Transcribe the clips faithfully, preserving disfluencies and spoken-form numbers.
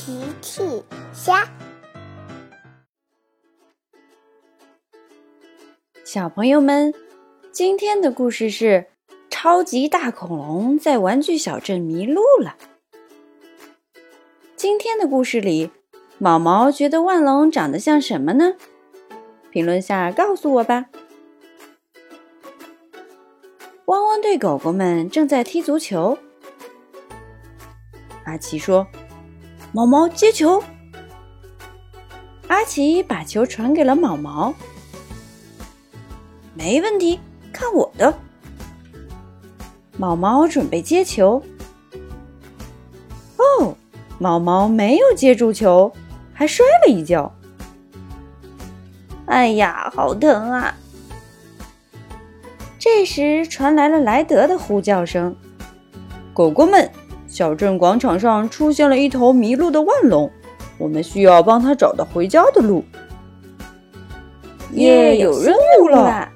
奇趣虾。 小朋友们，今天的故事是超级大恐龙在玩具小镇迷路了。今天的故事里，毛毛觉得万龙长得像什么呢？评论下告诉我吧。汪汪队狗狗们正在踢足球。阿奇说：“毛毛接球。”阿奇把球传给了毛毛。没问题，看我的。毛毛准备接球。哦，毛毛没有接住球，还摔了一跤。哎呀，好疼啊！这时传来了莱德的呼叫声：“狗狗们，小镇广场上出现了一头迷路的万龙，我们需要帮他找到回家的路。”耶，有任务了！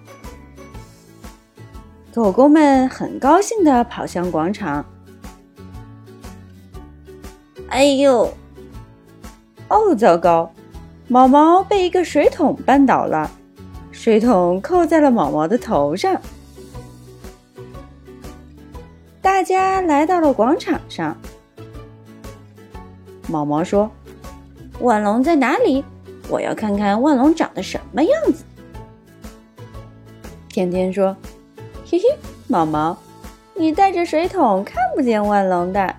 狗狗们很高兴地跑向广场。哎呦！哦，糟糕！毛毛被一个水桶绊倒了，水桶扣在了毛毛的头上。大家来到了广场上。毛毛说：“万龙在哪里？我要看看万龙长得什么样子。”天天说：“嘿嘿，毛毛，你带着水桶看不见万龙的。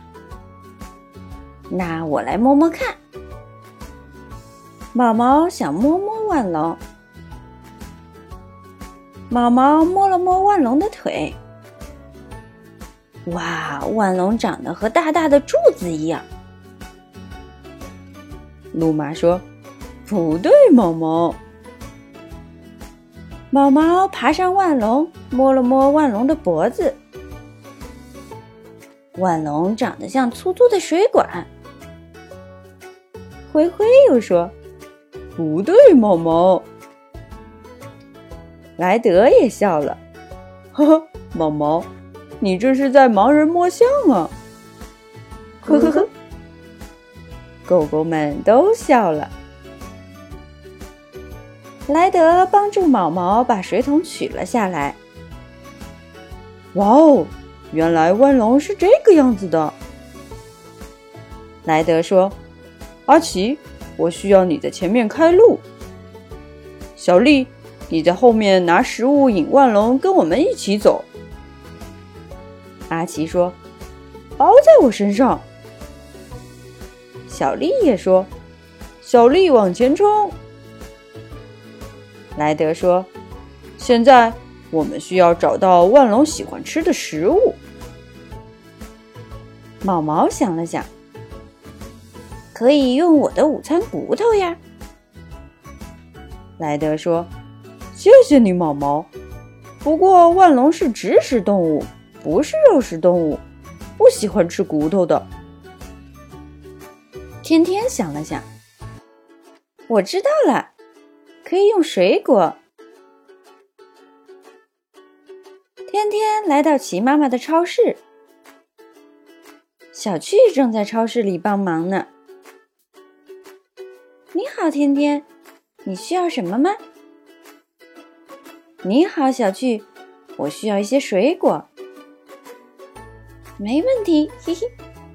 那我来摸摸看。”毛毛想摸摸万龙。毛毛摸了摸万龙的腿。哇，万龙长得和大大的柱子一样。路马说：“不对，毛毛。”毛毛爬上万龙，摸了摸万龙的脖子。万龙长得像粗粗的水管。灰灰又说：“不对，毛毛。”莱德也笑了：“呵呵，毛毛，你这是在盲人摸象啊！”呵呵呵，狗狗们都笑了。莱德帮助毛毛把水桶取了下来。哇哦，原来万龙是这个样子的。莱德说：“阿奇，我需要你在前面开路。小丽，你在后面拿食物引万龙跟我们一起走。”阿奇说：“包在我身上。”小丽也说：“小丽往前冲。”莱德说：“现在我们需要找到万龙喜欢吃的食物。”毛毛想了想：“可以用我的午餐骨头呀。”莱德说：“谢谢你，毛毛。不过万龙是植食动物，不是肉食动物，不喜欢吃骨头的。”天天想了想：“我知道了，可以用水果。”天天来到齐妈妈的超市，小趣正在超市里帮忙呢。“你好，天天，你需要什么吗？”“你好，小趣，我需要一些水果。”“没问题，嘿嘿。”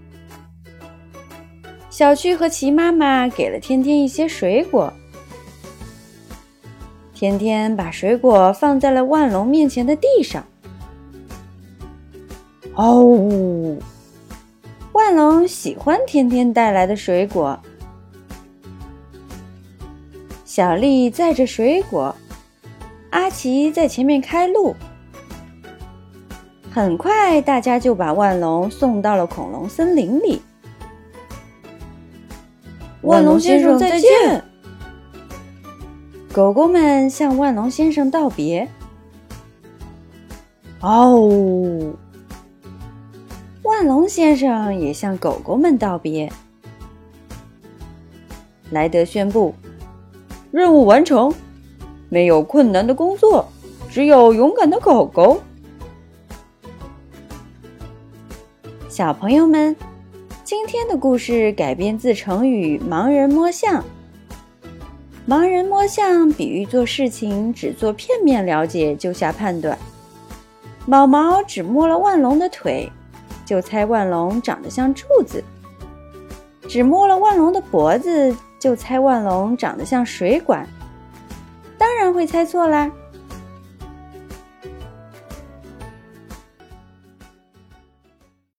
小趣和齐妈妈给了天天一些水果。天天把水果放在了万龙面前的地上。哦，万龙喜欢天天带来的水果。小丽载着水果，阿奇在前面开路。很快，大家就把万龙送到了恐龙森林里。万龙先生再见！狗狗们向万龙先生道别。哦，万龙先生也向狗狗们道别。莱德宣布：“任务完成，没有困难的工作，只有勇敢的狗狗。”小朋友们， 今天的故事改编自成语盲人摸象。盲人摸象比喻做事情只做片面了解就下判断。毛毛只摸了万龙的腿，就猜万龙长得像柱子；只摸了万龙的脖子，就猜万龙长得像水管。当然会猜错啦。